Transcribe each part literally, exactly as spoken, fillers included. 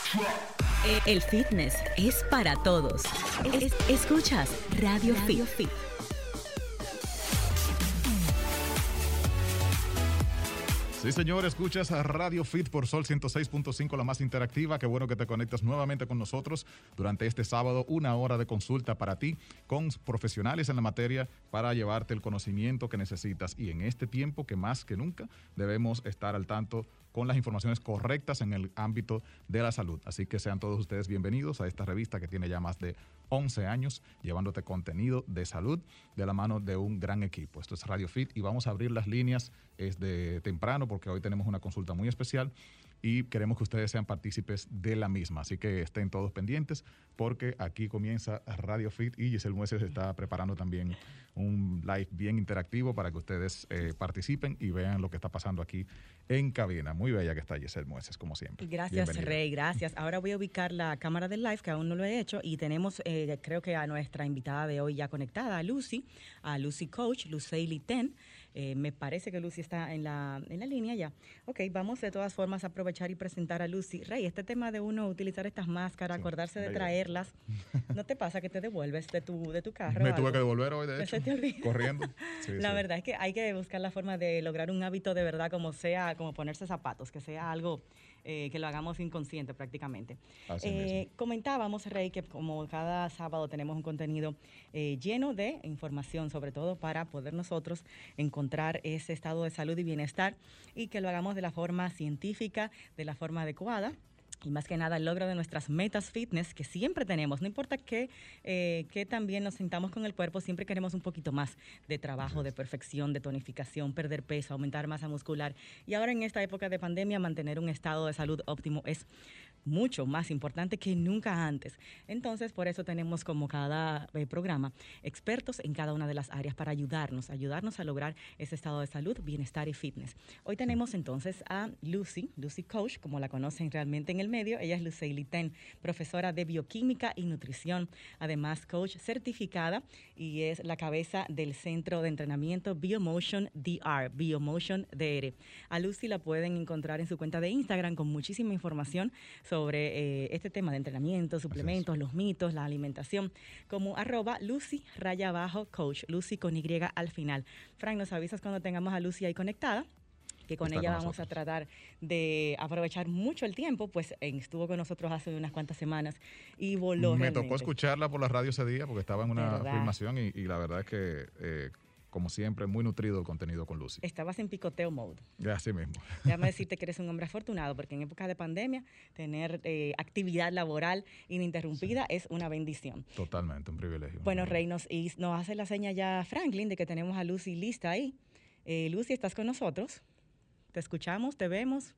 El fitness es para todos. Es- escuchas Radio, Radio Fit. Fit. Sí, señor, escuchas a Radio Fit por Sol ciento seis punto cinco, la más interactiva. Qué bueno que te conectas nuevamente con nosotros durante este sábado, una hora de consulta para ti con profesionales en la materia para llevarte el conocimiento que necesitas. Y en este tiempo que más que nunca debemos estar al tanto con las informaciones correctas en el ámbito de la salud. Así que sean todos ustedes bienvenidos a esta revista que tiene ya más de once años llevándote contenido de salud de la mano de un gran equipo. Esto es Radio Fit y vamos a abrir las líneas desde temprano porque hoy tenemos una consulta muy especial y queremos que ustedes sean partícipes de la misma. Así que estén todos pendientes porque aquí comienza Radio Fit y Giselle Mueces está preparando también un live bien interactivo para que ustedes eh, participen y vean lo que está pasando aquí en cabina. Muy bella que está Giselle Mueces, como siempre. Gracias, Bienvenida. Rey, gracias. Ahora voy a ubicar la cámara del live, que aún no lo he hecho, y tenemos, eh, creo que a nuestra invitada de hoy ya conectada, a Lucy, a Lucy Coach, Lucely Ten. Eh, me parece que Lucy está en la, en la línea ya. Ok, vamos de todas formas a aprovechar y presentar a Lucy. Rey, este tema de uno utilizar estas máscaras, Sí, acordarse de ahí traerlas, ¿no te pasa que te devuelves de tu, de tu carro? Me o tuve algo? que devolver hoy, de ¿No hecho, se te olvida? corriendo. Sí, La sí. verdad es que hay que buscar la forma de lograr un hábito de verdad, como sea, como ponerse zapatos, que sea algo eh, que lo hagamos inconsciente prácticamente. Así Eh, mismo. comentábamos, Rey, que como cada sábado tenemos un contenido eh, lleno de información, sobre todo para poder nosotros encontrar ese estado de salud y bienestar y que lo hagamos de la forma científica, de la forma adecuada. Y más que nada el logro de nuestras metas fitness que siempre tenemos, no importa que, eh, que también nos sintamos con el cuerpo, siempre queremos un poquito más de trabajo, de perfección, de tonificación, perder peso, aumentar masa muscular. Y ahora en esta época de pandemia mantener un estado de salud óptimo es mucho más importante que nunca antes. Entonces, por eso tenemos como cada eh, programa expertos en cada una de las áreas para ayudarnos, ayudarnos a lograr ese estado de salud, bienestar y fitness. Hoy tenemos entonces a Lucy, Lucy Coach, como la conocen realmente en el medio. Ella es Lucely Ten, profesora de bioquímica y nutrición, además coach certificada y es la cabeza del centro de entrenamiento Biomotion D R, Biomotion D R. A Lucy la pueden encontrar en su cuenta de Instagram con muchísima información sobre sobre eh, este tema de entrenamiento, suplementos, los mitos, la alimentación, como arroba Lucy raya abajo coach, Lucy con Y al final. Frank, nos avisas cuando tengamos a Lucy ahí conectada, que con Está ella con vamos nosotros. a tratar de aprovechar mucho el tiempo, pues eh, estuvo con nosotros hace unas cuantas semanas y voló Me realmente. tocó escucharla por la radio ese día porque estaba en una ¿Verdad? filmación y, y la verdad es que, eh, como siempre, muy nutrido el contenido con Lucy. Estabas en picoteo mode. Así mismo. Déjame decirte que eres un hombre afortunado, porque en época de pandemia tener eh, actividad laboral ininterrumpida sí. es una bendición. Totalmente, un privilegio. Bueno, Rey, nos, y nos hace la seña ya Franklin de que tenemos a Lucy lista ahí. Eh, Lucy, ¿estás con nosotros? Te escuchamos, te vemos.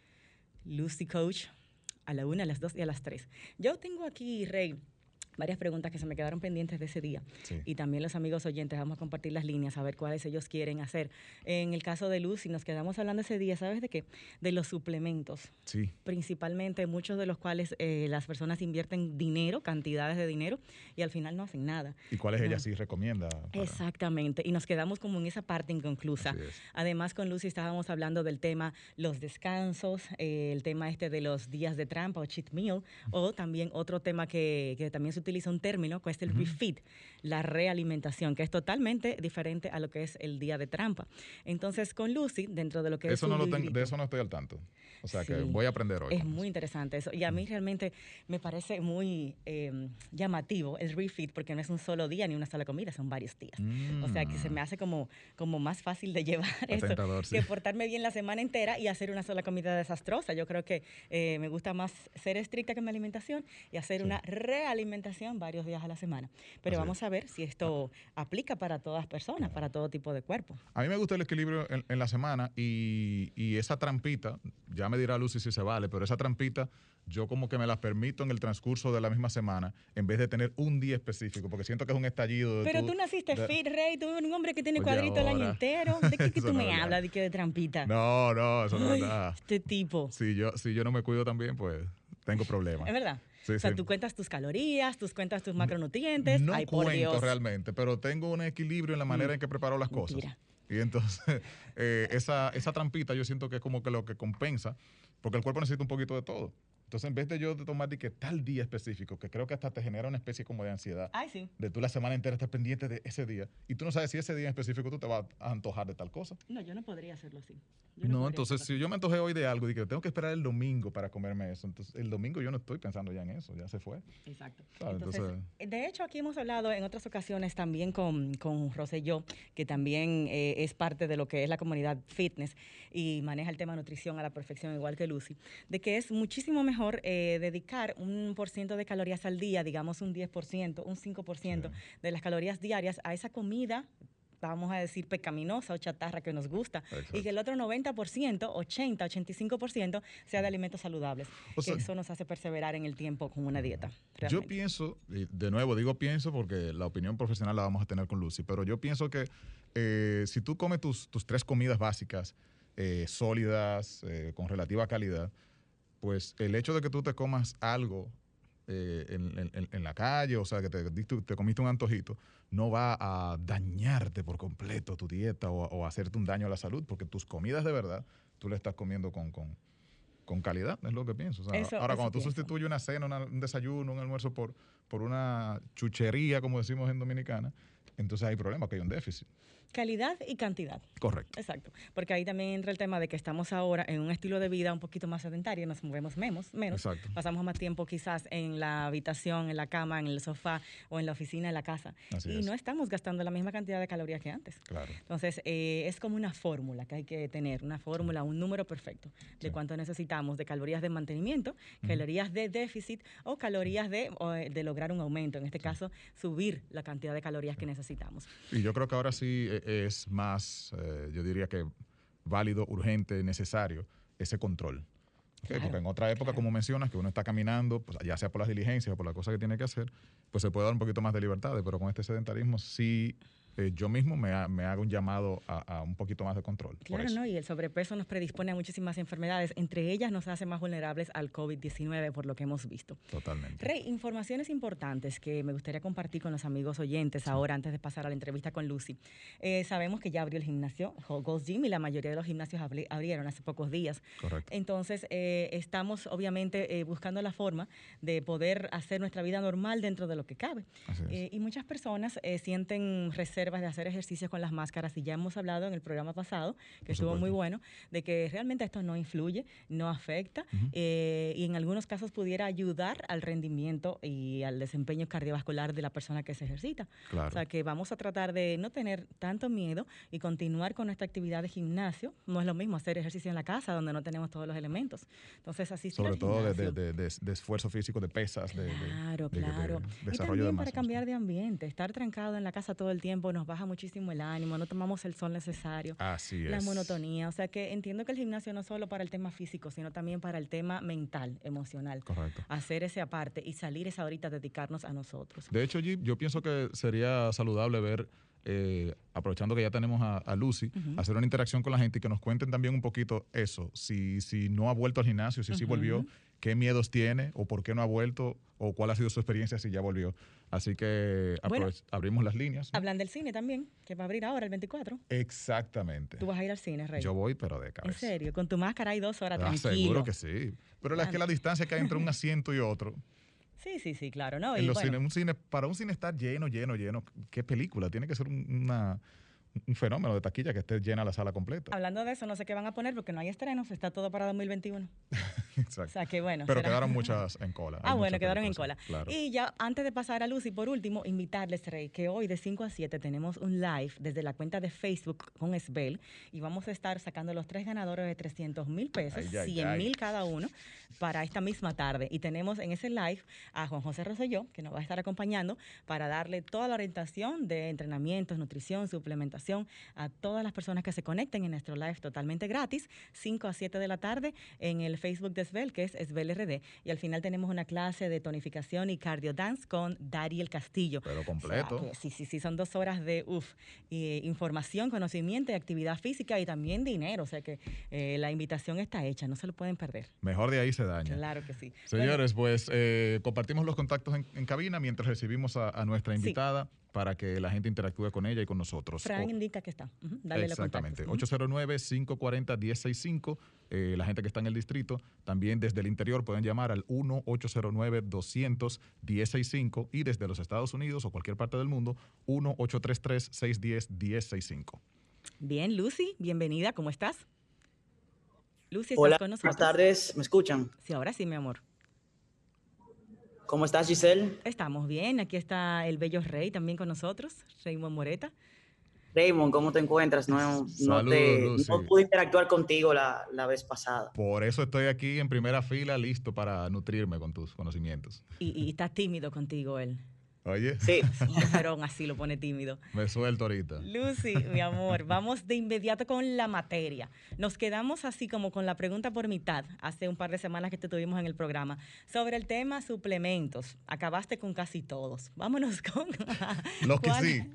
Lucy Coach, a la una, a las dos y a las tres. Yo tengo aquí, Rey, varias preguntas que se me quedaron pendientes de ese día. Sí. Y también los amigos oyentes, vamos a compartir las líneas, a ver cuáles ellos quieren hacer. En el caso de Lucy, nos quedamos hablando ese día, ¿sabes de qué? De los suplementos. Sí. Principalmente, muchos de los cuales eh, las personas invierten dinero, cantidades de dinero, y al final no hacen nada. ¿Y cuáles no. ella sí recomienda? Para... Exactamente. Y nos quedamos como en esa parte inconclusa. Así es. Además, con Lucy estábamos hablando del tema los descansos, eh, el tema este de los días de trampa o cheat meal, o también otro tema que, que también se utiliza un término, que es el uh-huh. refeed, la realimentación, que es totalmente diferente a lo que es el día de trampa. Entonces, con Lucy, dentro de lo que eso es su no lo librito, tengo, de eso no estoy al tanto. O sea, sí, que voy a aprender hoy. Es muy interesante eso. Y a mí realmente me parece muy eh, llamativo el refeed, porque no es un solo día ni una sola comida, son varios días. Mm. O sea, que se me hace como, como más fácil de llevar eso tentador, sí. que portarme bien la semana entera y hacer una sola comida desastrosa. Yo creo que eh, me gusta más ser estricta con mi alimentación y hacer sí. una realimentación varios días a la semana. Pero Así vamos es. a ver si esto ah. aplica para todas personas, ah. para todo tipo de cuerpo. A mí me gusta el equilibrio en, en la semana y, y esa trampita, ya me dirá Lucy si se vale, pero esa trampita yo como que me las permito en el transcurso de la misma semana en vez de tener un día específico, porque siento que es un estallido. De pero tu, tú naciste de... fit, Rey, tú eres un hombre que tiene Oye, cuadrito ahora. el año entero. ¿De qué que tú no me hablas? ¿De qué de trampita? No, no, eso no Ay, es nada. Este tipo. Si yo, si yo no me cuido también, pues tengo problemas. ¿Es verdad? Sí, o sea, sí. tú cuentas tus calorías, tú cuentas tus macronutrientes. No Ay, por cuento Dios. realmente, pero tengo un equilibrio en la manera mm. en que preparo las cosas. Mentira. Y entonces, eh, esa, esa trampita yo siento que es como que lo que compensa, porque el cuerpo necesita un poquito de todo. Entonces, en vez de yo de tomar de que tal día específico, que creo que hasta te genera una especie como de ansiedad, Ay, sí. de tú la semana entera estar pendiente de ese día, y tú no sabes si ese día en específico tú te vas a antojar de tal cosa. No, yo no podría hacerlo así. Yo No, podría entonces hacerlo si yo me antojé hoy de algo y que tengo que esperar el domingo para comerme eso, entonces el domingo yo no estoy pensando ya en eso, ya se fue. así. Exacto. ¿Sabes? Entonces, Entonces- de hecho, aquí hemos hablado en otras ocasiones también con, con Rosselló, que también eh, es parte de lo que es la comunidad fitness y maneja el tema nutrición a la perfección, igual que Lucy, de que es muchísimo mejor eh, dedicar un por ciento de calorías al día, digamos un diez por ciento, un cinco por ciento Sí. de las calorías diarias a esa comida, vamos a decir, pecaminosa o chatarra que nos gusta, Exacto. y que el otro noventa por ciento, ochenta, ochenta y cinco por ciento sea de alimentos saludables. O sea, Eso nos hace perseverar en el tiempo con una dieta. Yo realmente. pienso, y de nuevo digo pienso porque la opinión profesional la vamos a tener con Lucy, pero yo pienso que eh, si tú comes tus, tus tres comidas básicas, eh, sólidas, eh, con relativa calidad, pues el hecho de que tú te comas algo eh, en, en- en la calle, o sea, que te, diste- te comiste un antojito, no va a dañarte por completo tu dieta o, o hacerte un daño a la salud, porque tus comidas de verdad tú le estás comiendo con, con, con calidad, es lo que pienso. O sea, Eso- ahora, eso cuando tú pienso. sustituyes una cena, una- un desayuno, un almuerzo por, por una chuchería, como decimos en Dominicana, entonces hay problema, que hay un déficit. Calidad y cantidad. Correcto. Exacto, porque ahí también entra el tema de que estamos ahora en un estilo de vida un poquito más sedentario, nos movemos menos, menos, Exacto. pasamos más tiempo quizás en la habitación, en la cama, en el sofá o en la oficina, en la casa, Así y es. no estamos gastando la misma cantidad de calorías que antes. Claro. Entonces, eh, es como una fórmula que hay que tener, una fórmula, un número perfecto de Sí. cuánto necesitamos de calorías de mantenimiento, calorías de déficit o calorías de, o, eh, de lograr un aumento, en este caso, subir la cantidad de calorías que necesitamos. Y yo creo que ahora sí eh, es más, eh, yo diría que válido, urgente, necesario ese control. ¿Ok? Claro, Porque en otra época, claro. como mencionas, que uno está caminando, pues, ya sea por las diligencias o por las cosas que tiene que hacer, pues se puede dar un poquito más de libertades, pero con este sedentarismo sí, eh, yo mismo me, ha- me hago un llamado a, a un poquito más de control. por Claro, eso. ¿no? Y el sobrepeso nos predispone a muchísimas enfermedades, entre ellas nos hace más vulnerables al COVID diecinueve, por lo que hemos visto. Totalmente. Rey, informaciones importantes que me gustaría compartir con los amigos oyentes ahora, antes de pasar a la entrevista con Lucy. Eh, sabemos que ya abrió el gimnasio, Gold's Gym, y la mayoría de los gimnasios abri- abrieron hace pocos días. Correcto. Entonces, eh, estamos obviamente eh, buscando la forma de poder hacer nuestra vida normal dentro de lo que cabe. Así es. Eh, y muchas personas eh, sienten reservas de hacer ejercicios con las máscaras, y ya hemos hablado en el programa pasado, que Por estuvo muy supuesto. bueno, de que realmente esto no influye, no afecta, Ujú. eh, y en algunos casos pudiera ayudar al rendimiento y al desempeño cardiovascular de la persona que se ejercita. Claro. O sea que vamos a tratar de no tener tanto miedo y continuar con nuestra actividad de gimnasio. No es lo mismo hacer ejercicio en la casa donde no tenemos todos los elementos. Entonces, asistir Sobre al todo de, gimnasio. de- de- de- de esfuerzo físico, de pesas, de, de- Claro, de- de- claro. de Y desarrollo también de para masa. cambiar de ambiente, estar trancado en la casa todo el tiempo nos baja muchísimo el ánimo, no tomamos el sol necesario, Así la es. monotonía. O sea que entiendo que el gimnasio no solo para el tema físico, sino también para el tema mental, emocional. Correcto. Hacer ese aparte y salir esa horita, dedicarnos a nosotros. De hecho, Jeep, yo pienso que sería saludable ver, eh, aprovechando que ya tenemos a, a Lucy, Ujú. hacer una interacción con la gente y que nos cuenten también un poquito eso, si, si no ha vuelto al gimnasio, si sí Ujú. volvió, qué miedos tiene o por qué no ha vuelto o cuál ha sido su experiencia si ya volvió. Así que Bueno, aprove- abrimos las líneas. ¿no? Hablan del cine también, que va a abrir ahora el veinticuatro. Exactamente. Tú vas a ir al cine, Rey. Yo voy, pero de En cabeza. serio, con tu máscara hay dos horas, Ah, tranquilo. seguro que sí. Pero es que la Claro. distancia que hay entre un asiento y otro, Sí, sí, sí, claro, ¿no? en Y los bueno, cines, un cine, para un cine estar lleno, lleno, lleno, ¿qué película? Tiene que ser un, una- un fenómeno de taquilla que esté llena la sala completa. hablando de eso, no sé qué van a poner porque no hay estrenos, está todo para dos mil veintiuno. O Exacto. sea que bueno. Pero será- quedaron muchas en cola. Ah, Hay bueno, muchas quedaron en películas, cola. Claro. Y ya antes de pasar a Lucy, por último, invitarles, Rey, que hoy de cinco a siete tenemos un live desde la cuenta de Facebook con Esbel y vamos a estar sacando los tres ganadores de trescientos mil pesos, Ay, ay, cien mil ay. cada uno, para esta misma tarde. Y tenemos en ese live a Juan José Rosselló, que nos va a estar acompañando para darle toda la orientación de entrenamientos, nutrición, suplementación a todas las personas que se conecten en nuestro live totalmente gratis, cinco a siete de la tarde en el Facebook de Esbel, que es Esbel R D. Y al final tenemos una clase de tonificación y cardio dance con Dariel Castillo. Pero O sea, completo. que sí, sí, sí, son dos horas de uf, eh, información, conocimiento y actividad física y también dinero. O sea que eh, la invitación está hecha, no se lo pueden perder. Mejor de ahí se daña. Claro que sí. Señores, pues eh, compartimos los contactos en, en cabina mientras recibimos a, a nuestra Sí. invitada. para que la gente interactúe con ella y con nosotros. Fran O, indica que está. Uh-huh. Dale exactamente. los ocho cero nueve, cinco cuatro cero, uno cero seis cinco. Eh, la gente que está en el distrito, también desde el interior pueden llamar al uno ocho cero nueve, dos cero cero, uno cero seis cinco y desde los Estados Unidos o cualquier parte del mundo, uno ocho tres tres, seis uno cero, uno cero seis cinco. Bien, Lucy, bienvenida. ¿Cómo estás? Lucy, ¿estás Hola, con nosotros? buenas tardes. ¿Me escuchan? Sí, ahora sí, mi amor. ¿Cómo estás, Giselle? Estamos bien. Aquí está el bello Rey también con nosotros, Raymond Moreta. Raymond, ¿cómo te encuentras? No, no, Saludos, te, Lucy. no pude interactuar contigo la, la vez pasada. Por eso estoy aquí en primera fila, listo para nutrirme con tus conocimientos. Y, y está tímido contigo él. Oye, Sí, Un mujerón así lo pone tímido. me suelto ahorita. Lucy, mi amor, vamos de inmediato con la materia. Nos quedamos así como con la pregunta por mitad hace un par de semanas que te tuvimos en el programa sobre el tema suplementos. Acabaste con casi todos. Vámonos con... Los que ¿Cuál- sí.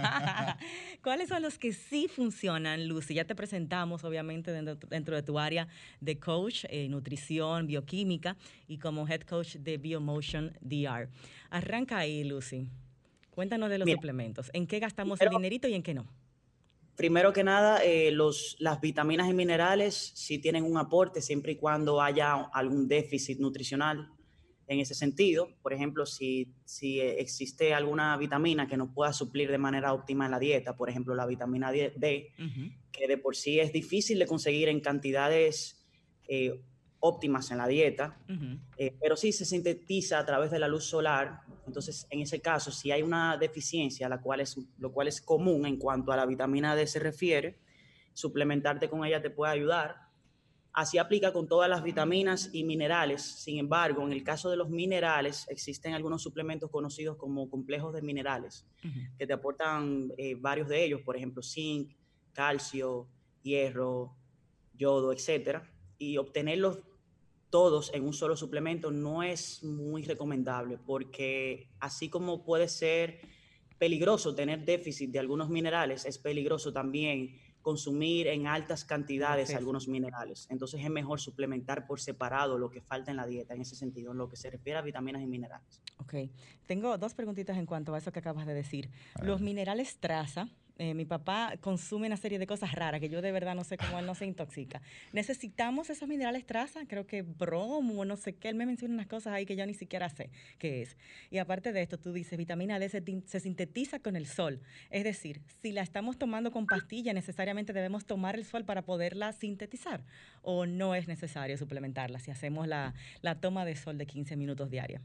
¿Cuáles son los que sí funcionan, Lucy? Ya te presentamos, obviamente, dentro, dentro de tu área de coach, eh, nutrición, bioquímica y como head coach de BioMotion D R. Arranca ahí, Lucy. Cuéntanos de los Mira, suplementos. ¿En qué gastamos primero- el dinerito y en qué no? primero que nada, eh, los, las vitaminas y minerales sí tienen un aporte siempre y cuando haya algún déficit nutricional en ese sentido. Por ejemplo, si, si existe alguna vitamina que no pueda suplir de manera óptima en la dieta, por ejemplo, la vitamina D, Uh-huh. que de por sí es difícil de conseguir en cantidades eh, óptimas en la dieta, Uh-huh. eh, pero sí se sintetiza a través de la luz solar. Entonces, en ese caso, si hay una deficiencia, la cual es, lo cual es común en cuanto a la vitamina D se refiere, suplementarte con ella te puede ayudar. Así aplica con todas las vitaminas y minerales. Sin embargo, en el caso de los minerales, existen algunos suplementos conocidos como complejos de minerales, Uh-huh. que te aportan eh, varios de ellos, por ejemplo, zinc, calcio, hierro, yodo, etcétera. Y obtenerlos todos en un solo suplemento no es muy recomendable, porque así como puede ser peligroso tener déficit de algunos minerales, es peligroso también consumir en altas cantidades Exceso. algunos minerales. Entonces es mejor suplementar por separado lo que falta en la dieta en ese sentido, en lo que se refiere a vitaminas y minerales. Ok. Tengo dos preguntitas en cuanto a eso que acabas de decir. Los minerales traza. Eh, mi papá consume una serie de cosas raras que yo de verdad no sé cómo él no se intoxica. ¿Necesitamos esos minerales traza? Creo que bromo, no sé qué. Él me menciona unas cosas ahí que yo ni siquiera sé qué es. Y aparte de esto, tú dices, vitamina D se, tin- se sintetiza con el sol. Es decir, si la estamos tomando con pastilla, necesariamente debemos tomar el sol para poderla sintetizar. ¿O no es necesario suplementarla si hacemos la, la toma de sol de quince minutos diaria?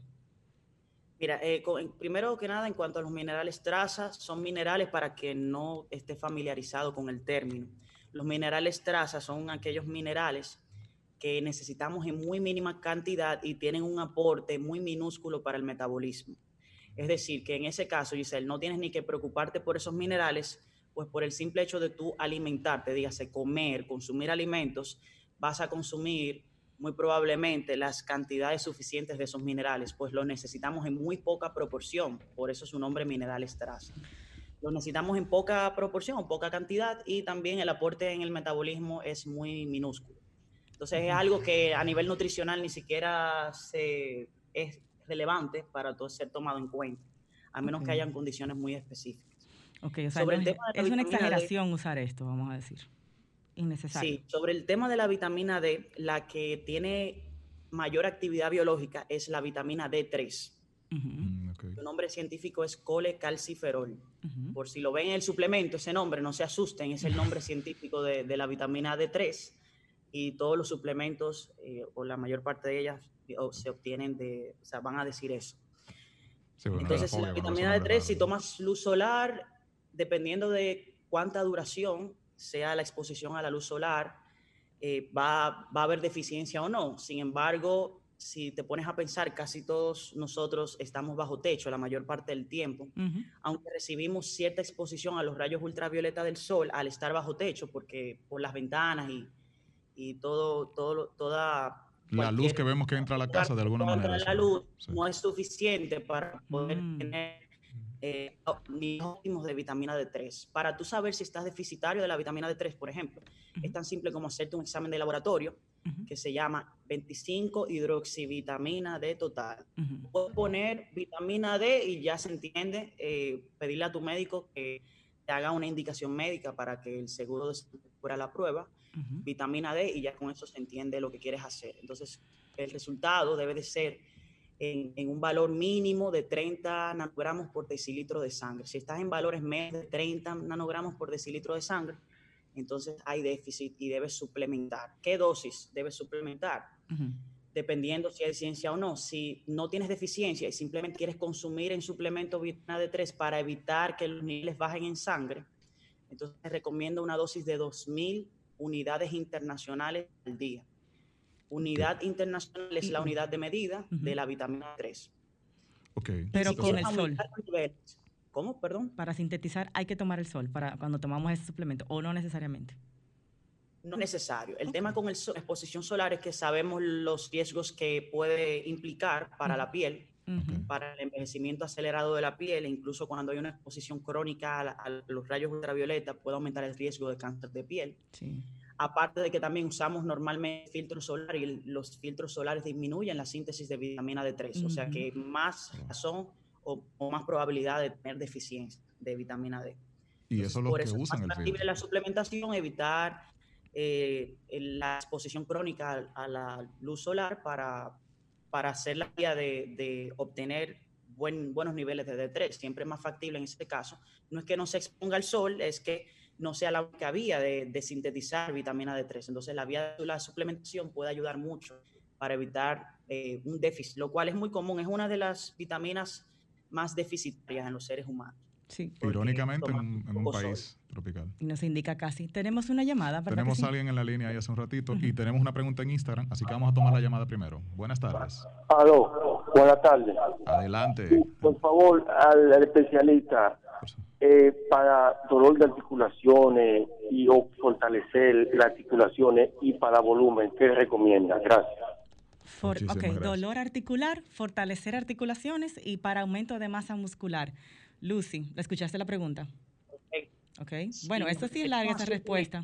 Mira, eh, con- primero que nada, en cuanto a los minerales traza, son minerales para que no esté familiarizado con el término. Los minerales traza son aquellos minerales que necesitamos en muy mínima cantidad y tienen un aporte muy minúsculo para el metabolismo. Es decir, que en ese caso, Giselle, no tienes ni que preocuparte por esos minerales, pues por el simple hecho de tú alimentarte, dígase comer, consumir alimentos, vas a consumir muy probablemente las cantidades suficientes de esos minerales, pues los necesitamos en muy poca proporción, por eso su nombre minerales traza. Los necesitamos en poca proporción, poca cantidad, y también el aporte en el metabolismo es muy minúsculo. Entonces es algo que a nivel nutricional ni siquiera se, es relevante para todo ser tomado en cuenta, a menos Ok. que hayan condiciones muy específicas. Ok, o sea, Sobre no el es, tema de la es una vitamina D, exageración usar esto, vamos a decir. Innecesario. sí, sobre el tema de la vitamina D, la que tiene mayor actividad biológica es la vitamina D tres. Ujú, Mm, ok. Su nombre científico es colecalciferol. ujú. Por si lo ven en el suplemento, ese nombre, no se asusten, es el nombre científico de, de la vitamina D tres, y todos los suplementos, eh, o la mayor parte de ellas, eh, o se obtienen de, o sea, van a decir eso. Sí, bueno, me da Entonces, fobia la cuando veo esos vitamina D nombres tres, si raros. tomas luz solar, dependiendo de cuánta duración sea la exposición a la luz solar, eh, va, va a haber deficiencia o no. Sin embargo, si te pones a pensar, casi todos nosotros estamos bajo techo la mayor parte del tiempo, Ujú. aunque recibimos cierta exposición a los rayos ultravioleta del sol al estar bajo techo, porque por las ventanas y, y todo, todo, lo- toda La luz que cualquier vemos que entra a la lugar casa de que alguna pueda manera entrar es la solar. luz Sí. no es suficiente para poder Mm. tener eh, niveles óptimos de vitamina D tres. Para tú saber si estás deficitario de la vitamina D tres, por ejemplo, Ujú. es tan simple como hacerte un examen de laboratorio uh-huh. que se llama veinticinco hidroxivitamina D total. Uh-huh. Puedes poner vitamina D y ya se entiende, eh, pedirle a tu médico que te haga una indicación médica para que el seguro cubra la prueba, uh-huh. vitamina D, y ya con eso se entiende lo que quieres hacer. Entonces, el resultado debe de ser en, en un valor mínimo de treinta nanogramos por decilitro de sangre. Si estás en valores menos de treinta nanogramos por decilitro de sangre, entonces hay déficit y debes suplementar. ¿Qué dosis debes suplementar? Uh-huh. Dependiendo si hay deficiencia o no. Si no tienes deficiencia y simplemente quieres consumir en suplemento vitamina D tres para evitar que los niveles bajen en sangre, entonces te recomiendo una dosis de dos mil unidades internacionales al día. Unidad okay. internacional es la unidad de medida uh-huh. de la vitamina D tres. Okay. Pero si con el sol. Niveles, ¿cómo? Perdón. Para sintetizar, ¿hay que tomar el sol para cuando tomamos ese suplemento o no necesariamente? No es necesario. El okay. tema con la so- exposición solar es que sabemos los riesgos que puede implicar para uh-huh. la piel, uh-huh. para el envejecimiento acelerado de la piel, e incluso cuando hay una exposición crónica a, la, a los rayos ultravioleta puede aumentar el riesgo de cáncer de piel. Sí. Aparte de que también usamos normalmente filtros solares y los filtros solares disminuyen la síntesis de vitamina D tres, uh-huh. o sea que más razón o, o más probabilidad de tener deficiencia de vitamina D. Y eso es lo por que eso usan es el más filtro. factible la suplementación, evitar eh, la exposición crónica a, a la luz solar para, para hacer la vía de, de obtener buen, buenos niveles de D tres. Siempre es más factible en este caso. No es que no se exponga al sol, es que no sea la única vía de, de sintetizar vitamina D tres. Entonces la vía de la suplementación puede ayudar mucho para evitar eh, un déficit, lo cual es muy común. Es una de las vitaminas más deficitarias en los seres humanos. Sí. Irónicamente en un, en un país sol. tropical. Y nos indica casi. Tenemos una llamada, ¿verdad? Tenemos sí? a alguien en la línea ahí hace un ratito uh-huh. y tenemos una pregunta en Instagram, así que vamos a tomar la llamada primero. Buenas tardes. Aló, buenas tardes. Adelante. Sí, por favor, al, al especialista, eh, para dolor de articulaciones y o fortalecer las articulaciones y para volumen, ¿qué recomienda? Gracias. For, ok, gracias. Dolor articular, fortalecer articulaciones y para aumento de masa muscular. Lucy, ¿le escuchaste la pregunta? Okay. Okay. Sí, bueno, esto sí es larga esa respuesta.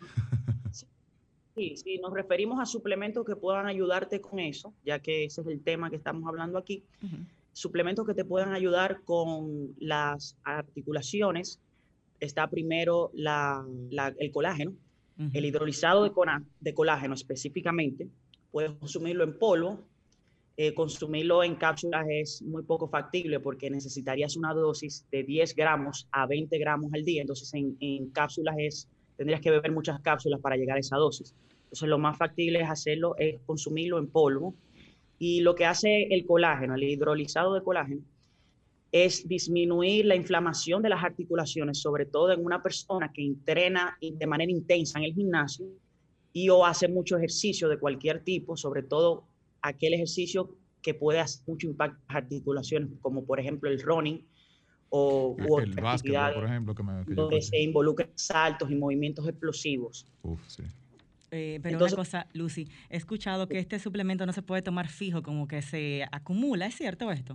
Sí, sí, nos referimos a suplementos que puedan ayudarte con eso, ya que ese es el tema que estamos hablando aquí. Uh-huh. Suplementos que te puedan ayudar con las articulaciones. Está primero la, la, el colágeno, uh-huh. el hidrolizado de, cona, de colágeno específicamente. Puedes consumirlo en polvo. Eh, consumirlo en cápsulas es muy poco factible porque necesitarías una dosis de diez gramos a veinte gramos al día. Entonces, en, en cápsulas es, tendrías que beber muchas cápsulas para llegar a esa dosis. Entonces, lo más factible es hacerlo, es consumirlo en polvo. Y lo que hace el colágeno, el hidrolizado de colágeno, es disminuir la inflamación de las articulaciones, sobre todo en una persona que entrena de manera intensa en el gimnasio y o hace mucho ejercicio de cualquier tipo, sobre todo aquel ejercicio que puede hacer mucho impacto en las articulaciones, como por ejemplo el running o el, el básquetbol, por ejemplo, que me, que donde se involucran saltos y movimientos explosivos. Uf, sí. Eh, pero Entonces, una cosa, Lucy, he escuchado que este suplemento no se puede tomar fijo, como que se acumula, ¿es cierto esto?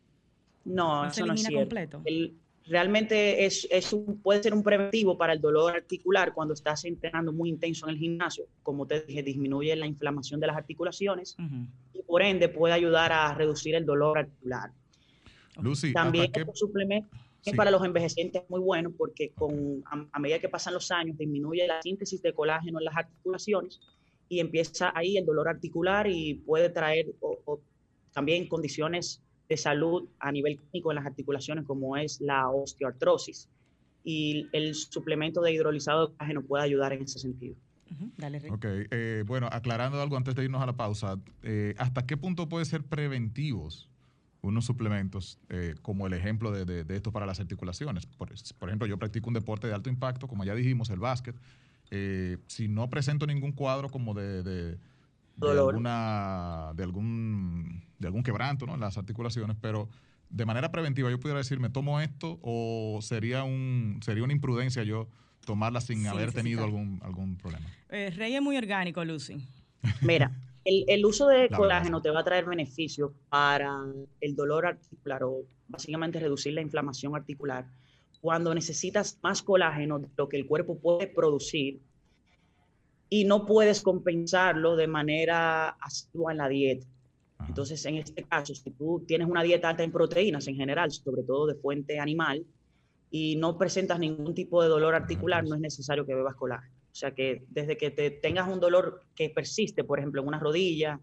No, no eso se elimina no es completo. El, realmente es, es un, puede ser un preventivo para el dolor articular cuando estás entrenando muy intenso en el gimnasio. Como te dije, disminuye la inflamación de las articulaciones uh-huh. y por ende puede ayudar a reducir el dolor articular. Lucy, también ¿hasta este qué? suplemento sí. para los envejecientes es muy bueno porque con, a, a medida que pasan los años disminuye la síntesis de colágeno en las articulaciones y empieza ahí el dolor articular y puede traer o, o, también condiciones de salud a nivel clínico en las articulaciones como es la osteoartrosis, y el suplemento de hidrolizado de colágeno puede ayudar en ese sentido. Uh-huh. Dale, Rick. Ok, eh, bueno, aclarando algo antes de irnos a la pausa, eh, ¿hasta qué punto puede ser preventivos unos suplementos eh, como el ejemplo de, de, de esto para las articulaciones? Por, por ejemplo, yo practico un deporte de alto impacto, como ya dijimos, el básquet. Eh, si no presento ningún cuadro como de... de De, alguna, de, algún, de algún quebranto, ¿no?, en las articulaciones, pero de manera preventiva yo pudiera decir, ¿me tomo esto o sería un sería una imprudencia yo tomarla sin sí, haber tenido algún, algún problema? Eh, Rey es muy orgánico, Lucy. Mira, el, el uso de la colágeno verdad. te va a traer beneficios para el dolor articular o básicamente reducir la inflamación articular cuando necesitas más colágeno de lo que el cuerpo puede producir. y no puedes compensarlo de manera asidua en la dieta. Entonces, en este caso, si tú tienes una dieta alta en proteínas en general, sobre todo de fuente animal, y no presentas ningún tipo de dolor articular, no es necesario que bebas colágeno. O sea que desde que te tengas un dolor que persiste, por ejemplo, en una rodilla,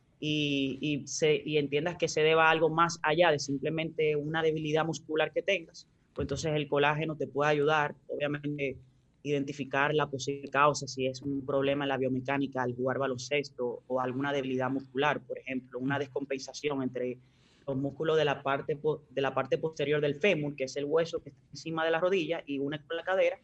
y, y, se, y entiendas que se deba a algo más allá de simplemente una debilidad muscular que tengas, pues entonces el colágeno te puede ayudar, obviamente, identificar la posible causa, si es un problema en la biomecánica al jugar baloncesto o alguna debilidad muscular, por ejemplo, una descompensación entre los músculos de la parte, de la parte posterior del fémur, que es el hueso que está encima de la rodilla y une con la cadera,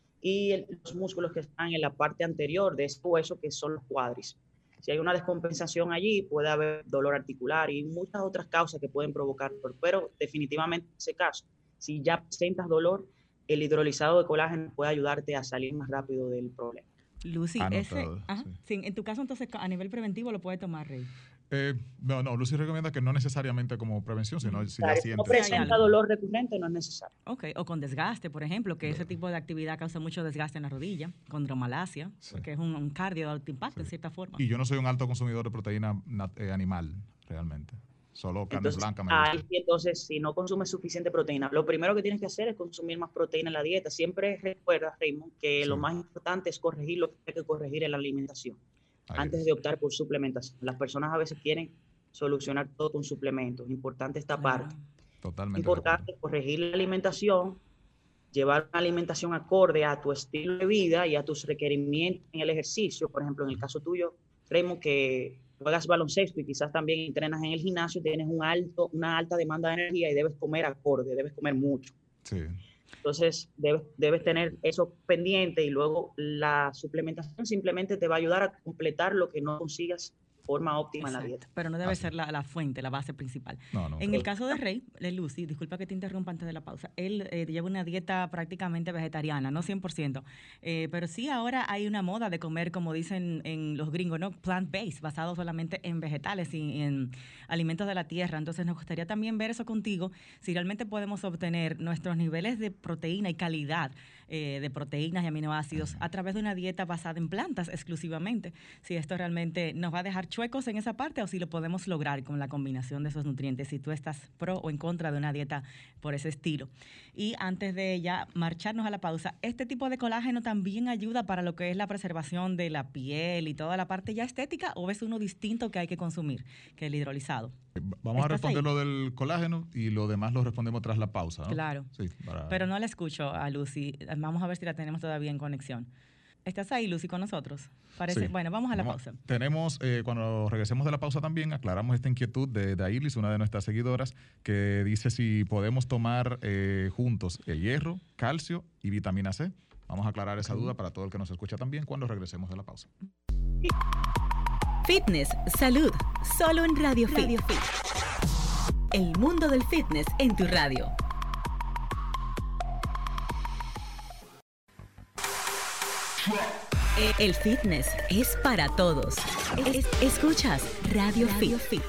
y el, los músculos que están en la parte anterior de ese hueso, que son los cuádriceps. Si hay una descompensación allí, puede haber dolor articular y muchas otras causas que pueden provocar dolor, pero definitivamente en ese caso, si ya presentas dolor, el hidrolizado de colágeno puede ayudarte a salir más rápido del problema. Lucy, ese, ajá, sí. Sí, en tu caso entonces a nivel preventivo lo puede tomar, Rey. Eh, no, no, Lucy recomienda que no necesariamente como prevención, sino si claro, ya si sientes. no presenta dolor recurrente, no es necesario. Ok, o con desgaste, por ejemplo, que ese tipo de actividad causa mucho desgaste en la rodilla, condromalacia, sí. Porque es un, un cardio de alto impacto, sí. En cierta forma. Y yo no soy un alto consumidor de proteína eh, animal, realmente. Solo carne entonces, blanca me gusta. Ahí, entonces, si no consumes suficiente proteína, lo primero que tienes que hacer es consumir más proteína en la dieta. Siempre recuerda, Raymond, que sí. Lo más importante es corregir lo que hay que corregir en la alimentación, ahí antes es. de optar por suplementación. Las personas a veces quieren solucionar todo con suplementos. Importante esta claro. parte. Totalmente. Importante corregir la alimentación, llevar una alimentación acorde a tu estilo de vida y a tus requerimientos en el ejercicio. Por ejemplo, en el caso tuyo, Raymond, que juegas baloncesto y quizás también entrenas en el gimnasio, tienes un alto, una alta demanda de energía y debes comer acorde, debes comer mucho. Sí. Entonces, debes, debes tener eso pendiente y luego la suplementación simplemente te va a ayudar a completar lo que no consigas forma óptima. Exacto, en la dieta. Pero no debe Así. ser la, la fuente, la base principal. No, no, en el caso de Rey, de Lucy, disculpa que te interrumpa antes de la pausa, él eh, lleva una dieta prácticamente vegetariana, no cien por ciento, eh, pero sí ahora hay una moda de comer, como dicen en los gringos, ¿no? Plant-based, basado solamente en vegetales y en alimentos de la tierra. Entonces nos gustaría también ver eso contigo, si realmente podemos obtener nuestros niveles de proteína y calidad eh, de proteínas y aminoácidos a través de una dieta basada en plantas exclusivamente, si esto realmente nos va a dejar chuecos en esa parte o si lo podemos lograr con la combinación de esos nutrientes, si tú estás pro o en contra de una dieta por ese estilo. Y antes de ya marcharnos a la pausa, ¿este tipo de colágeno también ayuda para lo que es la preservación de la piel y toda la parte ya estética o es uno distinto que hay que consumir que el hidrolizado? Vamos a responder ahí? Lo del colágeno y lo demás lo respondemos tras la pausa, ¿no? Claro, sí, para... pero no la escucho a Lucy. Vamos a ver si la tenemos todavía en conexión. ¿Estás ahí, Lucy, con nosotros? Parece. Sí. Bueno, vamos a la vamos, pausa. Tenemos, eh, cuando regresemos de la pausa también, aclaramos esta inquietud de Dailis, una de nuestras seguidoras, que dice si podemos tomar eh, juntos el hierro, calcio y vitamina C. Vamos a aclarar esa duda para todo el que nos escucha también cuando regresemos de la pausa. Fitness, salud, solo en Radio, Radio Fit. El mundo del fitness en tu radio. El fitness es para todos. Es, escuchas Radio, Radio Fit.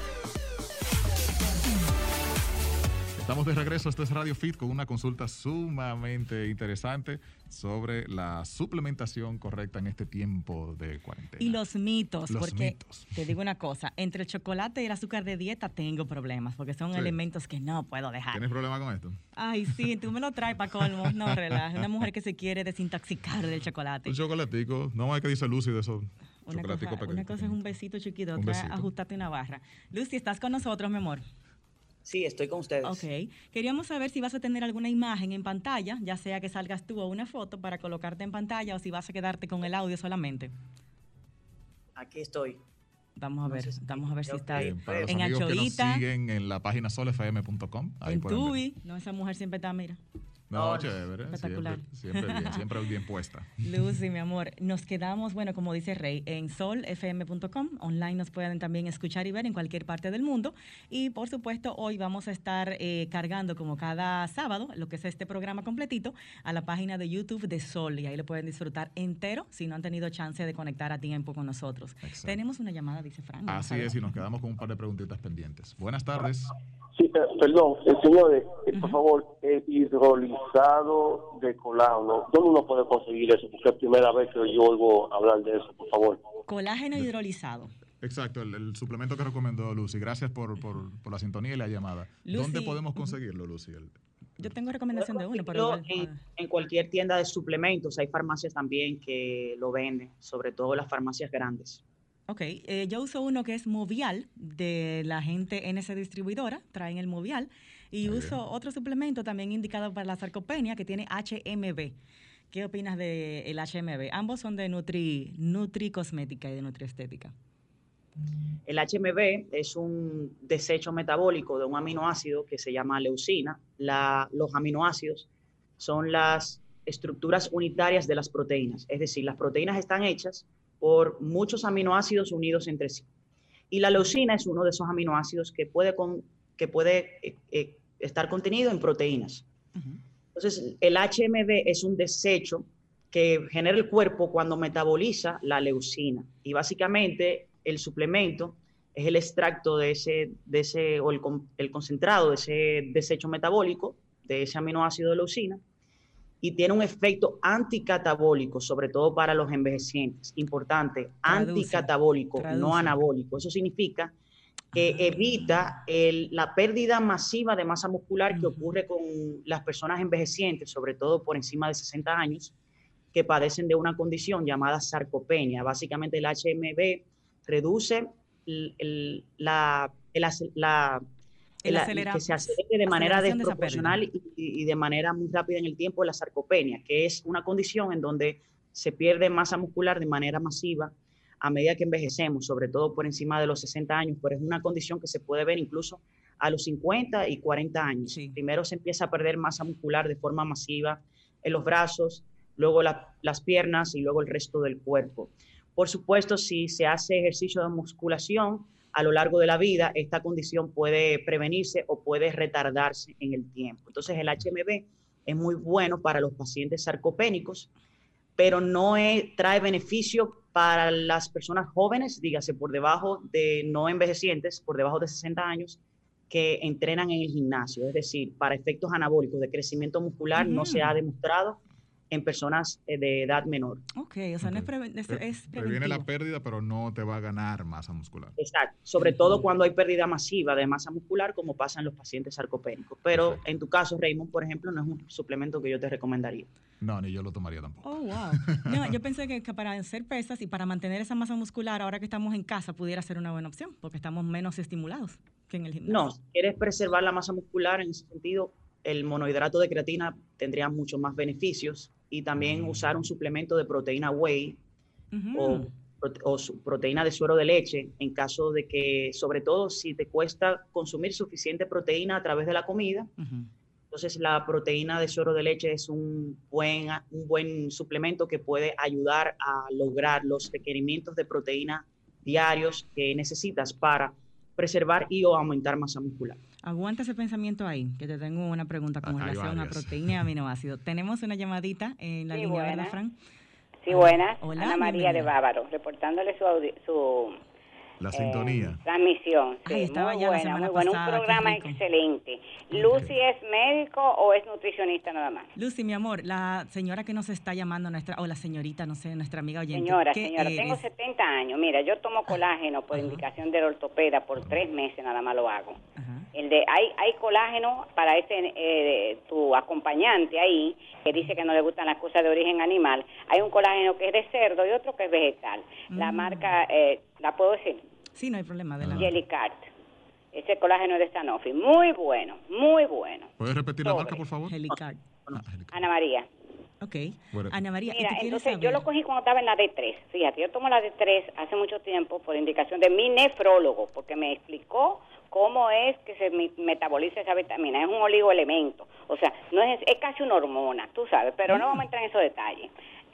Estamos de regreso, esto es Radio Fit con una consulta sumamente interesante sobre la suplementación correcta en este tiempo de cuarentena. Y los mitos, los porque mitos. Te digo una cosa, entre el chocolate y el azúcar de dieta tengo problemas, porque son sí. elementos que no puedo dejar. ¿Tienes problema con esto? Ay, sí, tú me lo traes para colmo, no relaja. Una mujer que se quiere desintoxicar del chocolate. Un chocolatico, no hay que dice Lucy de eso. Una cosa, una cosa es un besito chiquito, otra es ajustarte una barra. Lucy, ¿estás con nosotros, mi amor? Sí, estoy con ustedes. Ok. Queríamos saber si vas a tener alguna imagen en pantalla, ya sea que salgas tú o una foto para colocarte en pantalla o si vas a quedarte con el audio solamente. Aquí estoy. Vamos a ver, no sé si vamos a ver si está eh, para los en amigos Anchoita. Que nos siguen en la página sol f m punto com. En Tubi. No, esa mujer siempre está, mira. No, oh, chévere. Espectacular. Siempre, siempre bien, siempre bien puesta. Lucy, mi amor, nos quedamos, bueno, como dice Rey, en sol f m punto com. Online nos pueden también escuchar y ver en cualquier parte del mundo. Y, por supuesto, hoy vamos a estar eh, cargando, como cada sábado, lo que es este programa completito, a la página de YouTube de Sol. Y ahí lo pueden disfrutar entero si no han tenido chance de conectar a tiempo con nosotros. Exacto. Tenemos una llamada, dice Frank. Así es, y nos quedamos con un par de preguntitas pendientes. Buenas tardes. Sí, eh, perdón, eh, señores, eh, Uh-huh. por favor, el hidrolizado de colágeno, ¿dónde uno puede conseguir eso? Porque es la primera vez que yo oigo hablar de eso, por favor. Colágeno hidrolizado. Exacto, el, el suplemento que recomendó Lucy. Gracias por, por, por la sintonía y la llamada. Lucy, ¿Dónde podemos conseguirlo, Lucy? El- Yo tengo recomendación de uno, pero Lo- igual, en, en cualquier tienda de suplementos, hay farmacias también que lo venden, sobre todo las farmacias grandes. Ok, eh, yo uso uno que es Movial, de la gente N S Distribuidora, traen el Movial, y Muy uso bien. otro suplemento también indicado para la sarcopenia que tiene H M B. ¿Qué opinas del H M B? Ambos son de Nutri, Nutri Cosmética y de Nutri Estética. El H M B es un desecho metabólico de un aminoácido que se llama leucina. La, los aminoácidos son las estructuras unitarias de las proteínas, es decir, las proteínas están hechas por muchos aminoácidos unidos entre sí. Y la leucina es uno de esos aminoácidos que puede, con, que puede eh, eh, estar contenido en proteínas. Uh-huh. Entonces, el H M B es un desecho que genera el cuerpo cuando metaboliza la leucina. Y básicamente el suplemento es el extracto de ese, de ese o el, el concentrado de ese desecho metabólico, de ese aminoácido de leucina, y tiene un efecto anticatabólico, sobre todo para los envejecientes. Importante, Traduce, anticatabólico, traduce. no anabólico. Eso significa que Ah. evita el, la pérdida masiva de masa muscular que Ujú. ocurre con las personas envejecientes, sobre todo por encima de sesenta años, que padecen de una condición llamada sarcopenia. Básicamente el H M B reduce el, el, la, el, la, El el, acelera- que se acelere de manera aceleración de esa desproporcional y, y de manera muy rápida en el tiempo la sarcopenia, que es una condición en donde se pierde masa muscular de manera masiva a medida que envejecemos, sobre todo por encima de los sesenta años, pero es una condición que se puede ver incluso a los cincuenta y cuarenta años. Sí. Primero se empieza a perder masa muscular de forma masiva en los brazos, luego la, las piernas y luego el resto del cuerpo. Por supuesto, si se hace ejercicio de musculación a lo largo de la vida, esta condición puede prevenirse o puede retardarse en el tiempo. Entonces, el H M B es muy bueno para los pacientes sarcopénicos, pero no es, trae beneficio para las personas jóvenes, dígase, por debajo de no envejecientes, por debajo de sesenta años, que entrenan en el gimnasio. Es decir, para efectos anabólicos de crecimiento muscular Uh-huh. no se ha demostrado en personas de edad menor. Ok, o sea, no es, preven- es, Pre- es previene la preventivo. pérdida, pero no te va a ganar masa muscular. Exacto. Sobre todo cuando hay pérdida masiva de masa muscular, como pasa en los pacientes sarcopénicos. Pero Perfecto. en tu caso, Raymond, por ejemplo, no es un suplemento que yo te recomendaría. No, ni yo lo tomaría tampoco. Oh, wow. No, yo pensé que, que para hacer pesas y para mantener esa masa muscular, ahora que estamos en casa, pudiera ser una buena opción, porque estamos menos estimulados que en el gimnasio. No, si quieres preservar la masa muscular, en ese sentido, el monohidrato de creatina tendría muchos más beneficios y también Mm. usar un suplemento de proteína whey Ujú. o, prote- o su- proteína de suero de leche en caso de que, sobre todo si te cuesta consumir suficiente proteína a través de la comida, Ujú. entonces la proteína de suero de leche es un buen, un buen suplemento que puede ayudar a lograr los requerimientos de proteína diarios que necesitas para preservar y o aumentar masa muscular. Aguanta ese pensamiento ahí, que te tengo una pregunta con Ah, hay relación a varias. proteína y aminoácidos. Tenemos una llamadita en la Sí, línea, buena. ¿verdad, Fran? Sí, buenas. Hola, Ana María de bienvenida. Bávaro, reportándole su, audi- su La eh, sintonía. transmisión. Sí, Ay, estaba muy ya la buena, semana muy buena. pasada, Un qué programa rico. excelente. ¿Lucy es médico o es nutricionista nada más? Lucy, mi amor, la señora que nos está llamando, nuestra o la señorita, no sé, nuestra amiga oyente. Señora, ¿qué señora, tengo eres? setenta años. Mira, yo tomo colágeno por Ajá. indicación del ortopeda por tres meses, nada más lo hago. Ajá. El de hay hay colágeno para ese eh, tu acompañante ahí que dice que no le gustan las cosas de origen animal. Hay un colágeno que es de cerdo y otro que es vegetal. La Mm. marca, eh, ¿la puedo decir? Sí, no hay problema, adelante. Jellycat. Ese colágeno es de Sanofi. Muy bueno, muy bueno. ¿Puedes repetir la Sobre. marca, por favor? Helicard. Ah, Angélica. Ana María. Ok. Bueno. Ana María, ¿y Mira, tú quieres entonces saber? yo lo cogí cuando estaba en la D tres. Fíjate, yo tomo la D tres hace mucho tiempo por indicación de mi nefrólogo, porque me explicó cómo es que se me- metaboliza esa vitamina. Es un oligoelemento. O sea, no es, es casi una hormona, tú sabes, pero no vamos a entrar en esos detalles.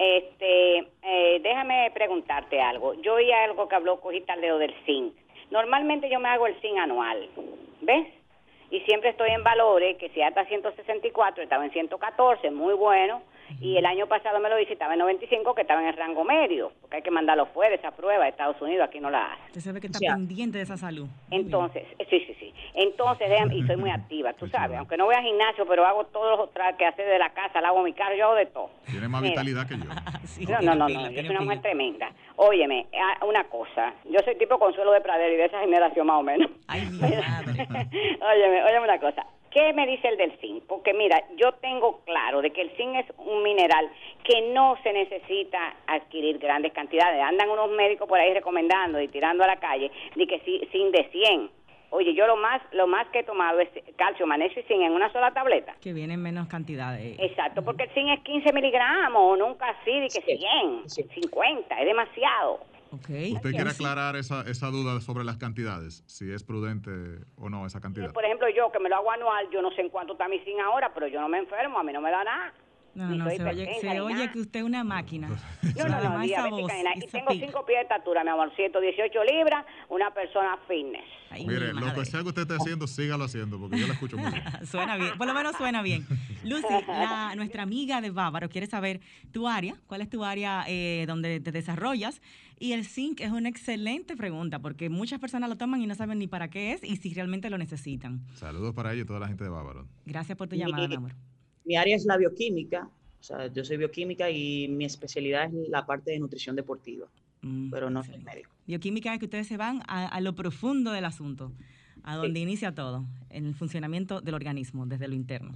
Este, eh, déjame preguntarte algo. Yo oí algo que habló Cojita Leo del zinc. Normalmente yo me hago el zinc anual, ¿ves? Y siempre estoy en valores, que si hasta ciento sesenta y cuatro, estaba en ciento catorce, muy bueno. Y el año pasado me lo hice, estaba en noventa y cinco, que estaba en el rango medio, porque hay que mandarlo fuera, esa prueba a Estados Unidos, aquí no la hace. Usted sabe que está O sea, pendiente de esa salud. Muy bien. Entonces, eh, sí, sí, sí. Entonces, déjame, y soy muy activa, tú sabes, aunque no voy al gimnasio, pero hago todos los otros que hacer de la casa, lavo mi carro, yo hago de todo. Tiene más Mira. vitalidad que yo. Sí, No, tiene no, no, pila, no, yo tiene soy una pila. mujer tremenda. Óyeme, ah, una cosa, yo soy tipo Consuelo de Pradera y de esa generación más o menos. Ay, mi madre. óyeme, óyeme una cosa. ¿Qué me dice el del zinc? Porque mira, yo tengo claro de que el zinc es un mineral que no se necesita adquirir grandes cantidades. Andan unos médicos por ahí recomendando y tirando a la calle de que sí, zinc de cien. Oye, yo lo más lo más que he tomado es calcio, magnesio y zinc en una sola tableta. Que vienen menos cantidades. Exacto, porque el zinc es quince miligramos, nunca así de que cien, cincuenta, es demasiado. Okay. ¿Usted quiere aclarar esa, esa duda sobre las cantidades? Si es prudente o no esa cantidad. Por ejemplo, yo que me lo hago anual, yo no sé en cuánto está mi zinc ahora, pero yo no me enfermo, a mí no me da nada. No, Ni no, soy se oye, hipertensa se ni oye nada. que usted es una máquina. No, no, Nada no, más esa voz, diabética ni nada. Y esa tengo pica. cinco pies de estatura, mi amor, ciento dieciocho libras, una persona fitness. Ay, Mire, mi lo madre. que sea que usted esté haciendo, sígalo haciendo, porque yo lo escucho muy bien. Suena bien, por lo menos suena bien. Lucy, la, nuestra amiga de Bávaro quiere saber tu área, cuál es tu área eh, donde te desarrollas. Y el zinc es una excelente pregunta, porque muchas personas lo toman y no saben ni para qué es y si realmente lo necesitan. Saludos para ella y toda la gente de Bávaro. Gracias por tu Mi- llamada, mi amor. Mi área es la bioquímica, o sea, yo soy bioquímica y mi especialidad es la parte de nutrición deportiva, Mm, pero no soy excelente. médico. Bioquímica es que ustedes se van a, a lo profundo del asunto, a donde Sí. inicia todo, en el funcionamiento del organismo, desde lo interno.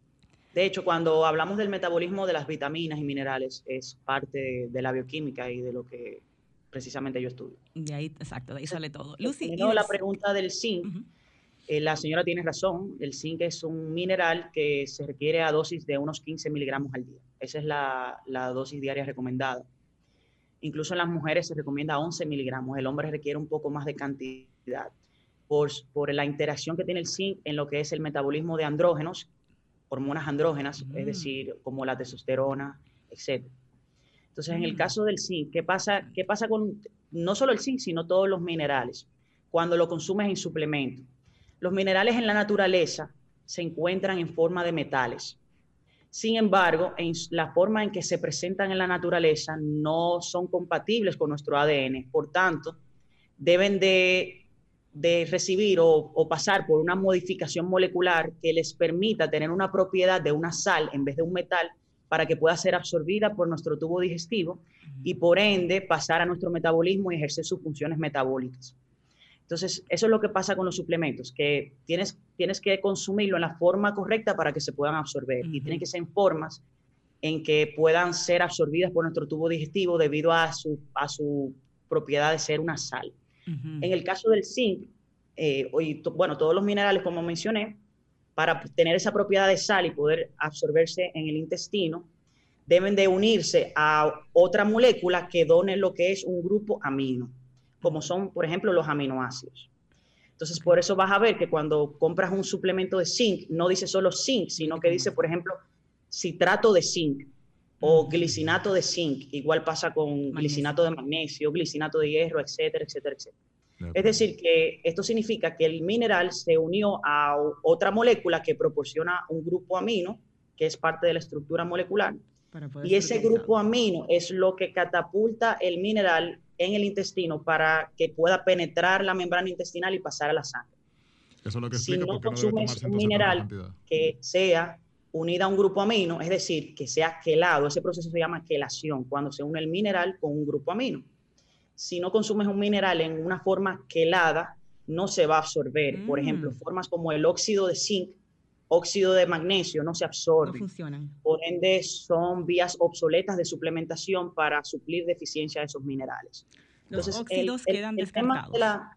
De hecho, cuando hablamos del metabolismo de las vitaminas y minerales, es parte de, de la bioquímica y de lo que precisamente yo estudio. De ahí, exacto, de ahí sale todo. Lucy, y Respondiendo del la zinc. pregunta del zinc, Ujú. eh, la señora tiene razón, el zinc es un mineral que se requiere a dosis de unos quince miligramos al día. Esa es la, la dosis diaria recomendada. Incluso en las mujeres se recomienda once miligramos, el hombre requiere un poco más de cantidad por, por la interacción que tiene el zinc en lo que es el metabolismo de andrógenos, hormonas andrógenas, Mm. es decir, como la testosterona, etcétera. Entonces, en el Mm. caso del zinc, ¿qué pasa, qué pasa con no solo el zinc, sino todos los minerales cuando lo consumes en suplemento? Los minerales en la naturaleza se encuentran en forma de metales. Sin embargo, en la forma en que se presentan en la naturaleza no son compatibles con nuestro A D N. Por tanto, deben de, de recibir o, o pasar por una modificación molecular que les permita tener una propiedad de una sal en vez de un metal para que pueda ser absorbida por nuestro tubo digestivo y por ende pasar a nuestro metabolismo y ejercer sus funciones metabólicas. Entonces, eso es lo que pasa con los suplementos, que tienes, tienes que consumirlo en la forma correcta para que se puedan absorber. Uh-huh. Y tienen que ser en formas en que puedan ser absorbidas por nuestro tubo digestivo debido a su, a su propiedad de ser una sal. Uh-huh. En el caso del zinc, eh, y to, bueno, todos los minerales, como mencioné, para tener esa propiedad de sal y poder absorberse en el intestino, deben de unirse a otra molécula que done lo que es un grupo amino, como son, por ejemplo, los aminoácidos. Entonces, por eso vas a ver que cuando compras un suplemento de zinc, no dice solo zinc, sino que dice, por ejemplo, citrato de zinc o glicinato de zinc. Igual pasa con magnesio. Glicinato de magnesio, glicinato de hierro, etcétera, etcétera, etcétera. Es decir, que esto significa que el mineral se unió a otra molécula que proporciona un grupo amino, que es parte de la estructura molecular, y ese grupo amino es lo que catapulta el mineral en el intestino para que pueda penetrar la membrana intestinal y pasar a la sangre. Eso es lo que si explica no por qué no debe consumes tomarse un entonces mineral tanta cantidad. que sea unida a un grupo amino, es decir, que sea quelado, ese proceso se llama quelación, cuando se une el mineral con un grupo amino. Si no consumes un mineral en una forma quelada, no se va a absorber. Mm. Por ejemplo, formas como el óxido de zinc, óxido de magnesio, no se absorben. No funcionan. Por ende, son vías obsoletas de suplementación para suplir deficiencia de esos minerales. Los Entonces, óxidos el, quedan el, el descartados. De la...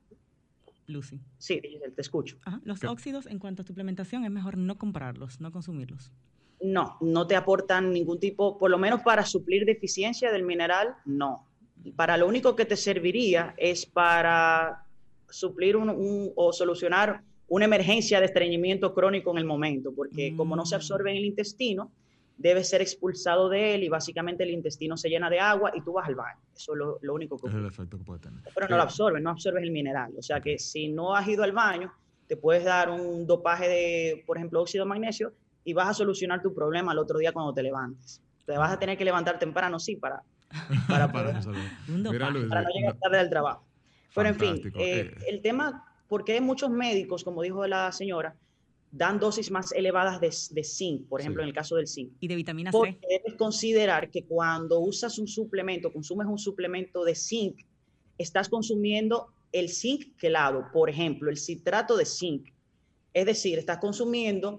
Lucy. Sí, te escucho. Ajá. Los ¿Qué? óxidos, en cuanto a suplementación, es mejor no comprarlos, no consumirlos. No, no te aportan ningún tipo, por lo menos para suplir deficiencia del mineral, no. Para lo único que te serviría es para suplir un, un, o solucionar una emergencia de estreñimiento crónico en el momento, porque mm. como no se absorbe en el intestino, debe ser expulsado de él y básicamente el intestino se llena de agua y tú vas al baño. Eso es lo, lo único que es ocurre. el efecto que puede tener. Pero no lo absorbes, no absorbes el mineral. O sea okay. que si no has ido al baño, te puedes dar un dopaje de, por ejemplo, óxido de magnesio y vas a solucionar tu problema al otro día cuando te levantes. Te vas a tener que levantar temprano, sí, para, para, poder, para, para no llegar tarde al trabajo. Pero Fantástico. en fin, eh, eh. el tema porque muchos médicos, como dijo la señora, dan dosis más elevadas de, de zinc, por ejemplo, sí. en el caso del zinc. Y de vitamina porque C. Porque debes considerar que cuando usas un suplemento, consumes un suplemento de zinc, estás consumiendo el zinc quelado, por ejemplo, el citrato de zinc. Es decir, estás consumiendo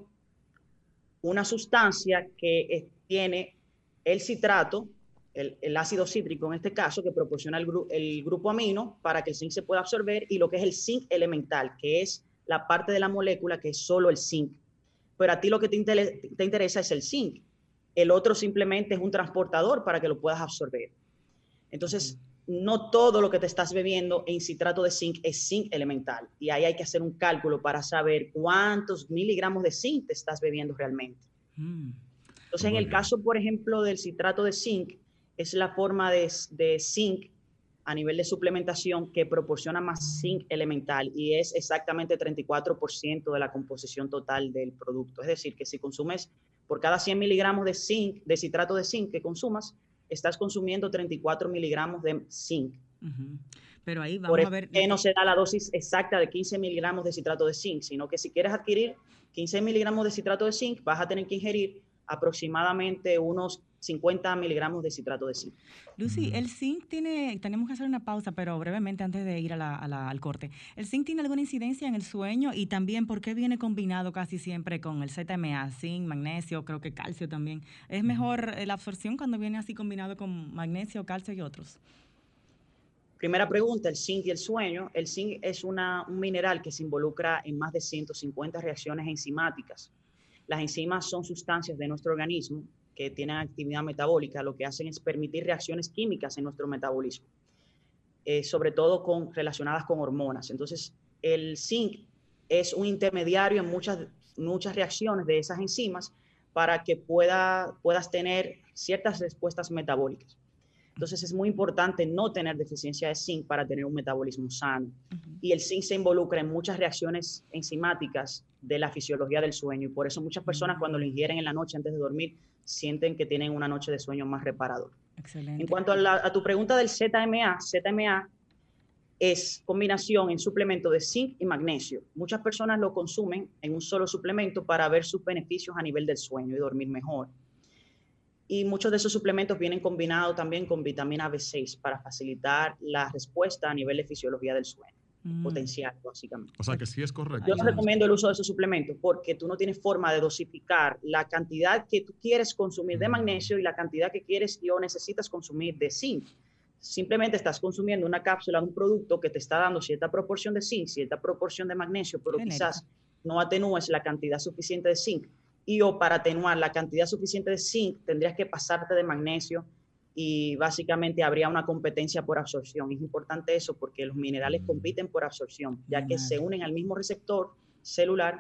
una sustancia que tiene el citrato, el, el ácido cítrico en este caso, que proporciona el, gru el grupo amino para que el zinc se pueda absorber, y lo que es el zinc elemental, que es la parte de la molécula que es solo el zinc. Pero a ti lo que te, inter te interesa es el zinc. El otro simplemente es un transportador para que lo puedas absorber. Entonces, uh-huh. no todo lo que te estás bebiendo en citrato de zinc es zinc elemental. Y ahí hay que hacer un cálculo para saber cuántos miligramos de zinc te estás bebiendo realmente. Uh-huh. Entonces, en el caso, por ejemplo, del citrato de zinc, es la forma de, de zinc a nivel de suplementación que proporciona más zinc elemental, y es exactamente treinta y cuatro por ciento de la composición total del producto. Es decir, que si consumes por cada cien miligramos de zinc, de citrato de zinc que consumas, estás consumiendo treinta y cuatro miligramos de zinc. Uh-huh. Pero ahí vamos por eso a ver... que no se da la dosis exacta de quince miligramos de citrato de zinc, sino que si quieres adquirir quince miligramos de citrato de zinc, vas a tener que ingerir aproximadamente unos cincuenta miligramos de citrato de zinc. Lucy, el zinc tiene, tenemos que hacer una pausa, pero brevemente antes de ir a la, a la, al corte. ¿El zinc tiene alguna incidencia en el sueño? Y también, ¿por qué viene combinado casi siempre con el Z M A, zinc, magnesio, creo que calcio también? ¿Es mejor la absorción cuando viene así combinado con magnesio, calcio y otros? Primera pregunta, el zinc y el sueño. El zinc es una, un mineral que se involucra en más de ciento cincuenta reacciones enzimáticas. Las enzimas son sustancias de nuestro organismo que tienen actividad metabólica, lo que hacen es permitir reacciones químicas en nuestro metabolismo, eh, sobre todo con, relacionadas con hormonas. Entonces, el zinc es un intermediario en muchas, muchas reacciones de esas enzimas para que pueda, puedas tener ciertas respuestas metabólicas. Entonces, es muy importante no tener deficiencia de zinc para tener un metabolismo sano. Uh-huh. Y el zinc se involucra en muchas reacciones enzimáticas de la fisiología del sueño, y por eso muchas personas uh-huh. cuando lo ingieren en la noche antes de dormir sienten que tienen una noche de sueño más reparadora. Excelente. En cuanto a, la, a tu pregunta del Z M A, Z M A es combinación en suplemento de zinc y magnesio. Muchas personas lo consumen en un solo suplemento para ver sus beneficios a nivel del sueño y dormir mejor. Y muchos de esos suplementos vienen combinados también con vitamina B seis para facilitar la respuesta a nivel de fisiología del sueño. Mm. Potencial, básicamente. O sea que sí es correcto. Yo no recomiendo el uso de esos suplementos porque tú no tienes forma de dosificar la cantidad que tú quieres consumir de magnesio y la cantidad que quieres y o necesitas consumir de zinc. Simplemente estás consumiendo una cápsula de un producto que te está dando cierta proporción de zinc, cierta proporción de magnesio, pero Genérica. Quizás no atenúes la cantidad suficiente de zinc. Y o para atenuar la cantidad suficiente de zinc tendrías que pasarte de magnesio, y básicamente habría una competencia por absorción. Es importante eso porque los minerales compiten por absorción, ya que se unen al mismo receptor celular,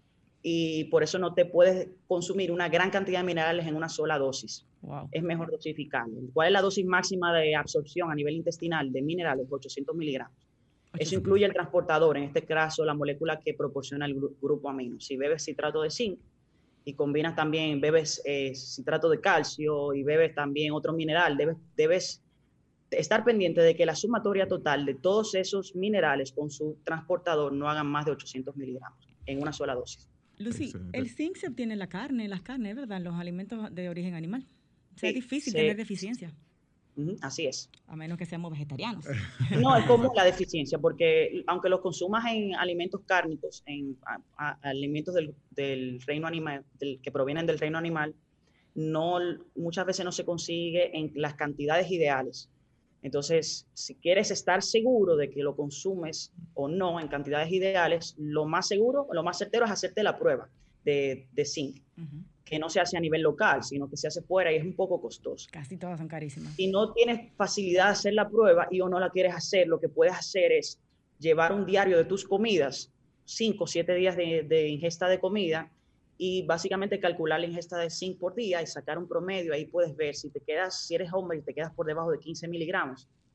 y por eso no te puedes consumir una gran cantidad de minerales en una sola dosis. Wow. Es mejor dosificarlo. ¿Cuál es la dosis máxima de absorción a nivel intestinal de minerales? ochocientos miligramos. Eso incluye el transportador, en este caso la molécula que proporciona el gru grupo amino. Si bebes citrato de zinc y combinas también, bebes eh, citrato de calcio y bebes también otro mineral, debes, debes estar pendiente de que la sumatoria total de todos esos minerales con su transportador no hagan más de ochocientos miligramos en una sola dosis. Lucy, Excelente. El zinc se obtiene en la carne, en las carnes, ¿verdad? En los alimentos de origen animal. O sea, sí, es difícil sí. tener deficiencia. Uh-huh, así es. A menos que seamos vegetarianos. No, es común la deficiencia, porque aunque los consumas en alimentos cárnicos, en a, a, alimentos del, del reino animal, del, que provienen del reino animal, no, muchas veces no se consigue en las cantidades ideales. Entonces, si quieres estar seguro de que lo consumes o no en cantidades ideales, lo más seguro, lo más certero es hacerte la prueba de, de zinc. Uh-huh. Que no se hace a nivel local, sino que se hace fuera y es un poco costoso. Casi todas son carísimas. Si no tienes facilidad de hacer la prueba y o no la quieres hacer, lo que puedes hacer es llevar un diario de tus comidas, cinco o siete días de, de ingesta de comida, y básicamente calcular la ingesta de zinc por día y sacar un promedio. Ahí puedes ver si te quedas, si eres hombre y te quedas por debajo de quince miligramos,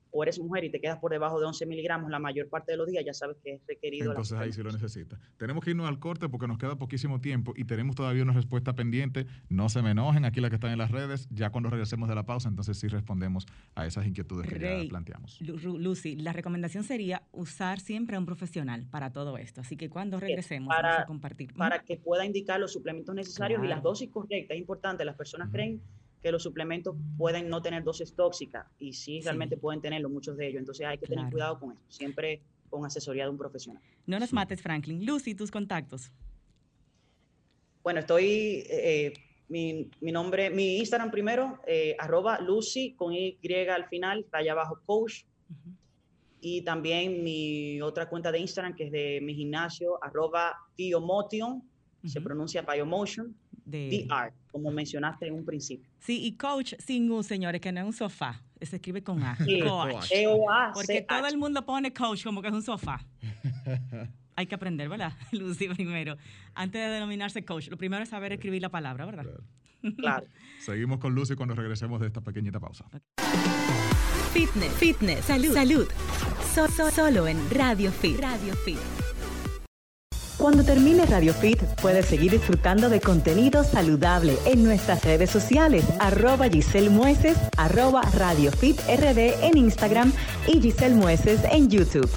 o eres mujer y te quedas por debajo de once miligramos la mayor parte de los días, ya sabes que es requerido. Entonces ahí sí lo necesita. Tenemos que irnos al corte porque nos queda poquísimo tiempo y tenemos todavía una respuesta pendiente. No se me enojen aquí las que están en las redes. Ya cuando regresemos de la pausa, entonces sí respondemos a esas inquietudes que Rey, ya planteamos. Lucy, la recomendación sería usar siempre a un profesional para todo esto. Así que cuando regresemos para, vamos a compartir. Para que pueda indicar los suplementos necesarios, claro, y las dosis correctas. Es importante. Las personas uh-huh. creen que los suplementos pueden no tener dosis tóxicas y sí, sí, realmente pueden tenerlo, muchos de ellos. Entonces hay que claro. tener cuidado con eso, siempre con asesoría de un profesional. No nos mates, Franklin. Lucy, tus contactos. Bueno, estoy, eh, mi, mi nombre, mi Instagram primero, eh, arroba Lucy con Y al final, allá abajo coach. Uh-huh. Y también mi otra cuenta de Instagram, que es de mi gimnasio, arroba Piomotion, uh-huh. se pronuncia Piomotion. De... V R, como mencionaste en un principio. Sí, y coach sin U, señores, que no es un sofá. Se escribe con A. Sí, coach. E O A C H. Porque todo el mundo pone coach como que es un sofá. Hay que aprender, ¿verdad, Lucy? Primero, antes de denominarse coach, lo primero es saber escribir la palabra, ¿verdad? Claro. claro. Seguimos con Lucy cuando regresemos de esta pequeñita pausa. Okay. Fitness, fitness, salud, salud. So, so, solo en Radio Fit. Radio Fit. Cuando termine Radio Fit, puedes seguir disfrutando de contenido saludable en nuestras redes sociales, arroba Giselle Mueces, arroba Radio Fit R D en Instagram y Giselle Mueces en YouTube.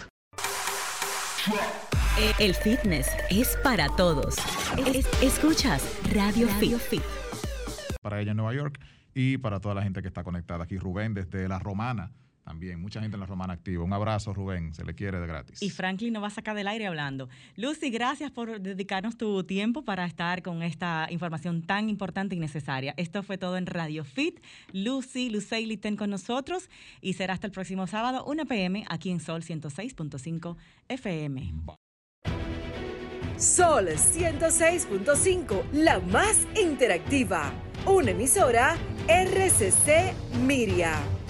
El fitness es para todos. Es, escuchas Radio, Radio Fit. Para ella en Nueva York y para toda la gente que está conectada aquí. Rubén desde La Romana. También, mucha gente en La Romana activa. Un abrazo, Rubén, se le quiere de gratis. Y Franklin nos va a sacar del aire hablando. Lucy, gracias por dedicarnos tu tiempo para estar con esta información tan importante y necesaria. Esto fue todo en Radio Fit. Lucy, Luceili, ten con nosotros y será hasta el próximo sábado, una pe eme, aquí en Sol ciento seis punto cinco efe eme. Sol ciento seis punto cinco, la más interactiva. Una emisora R C C Miria.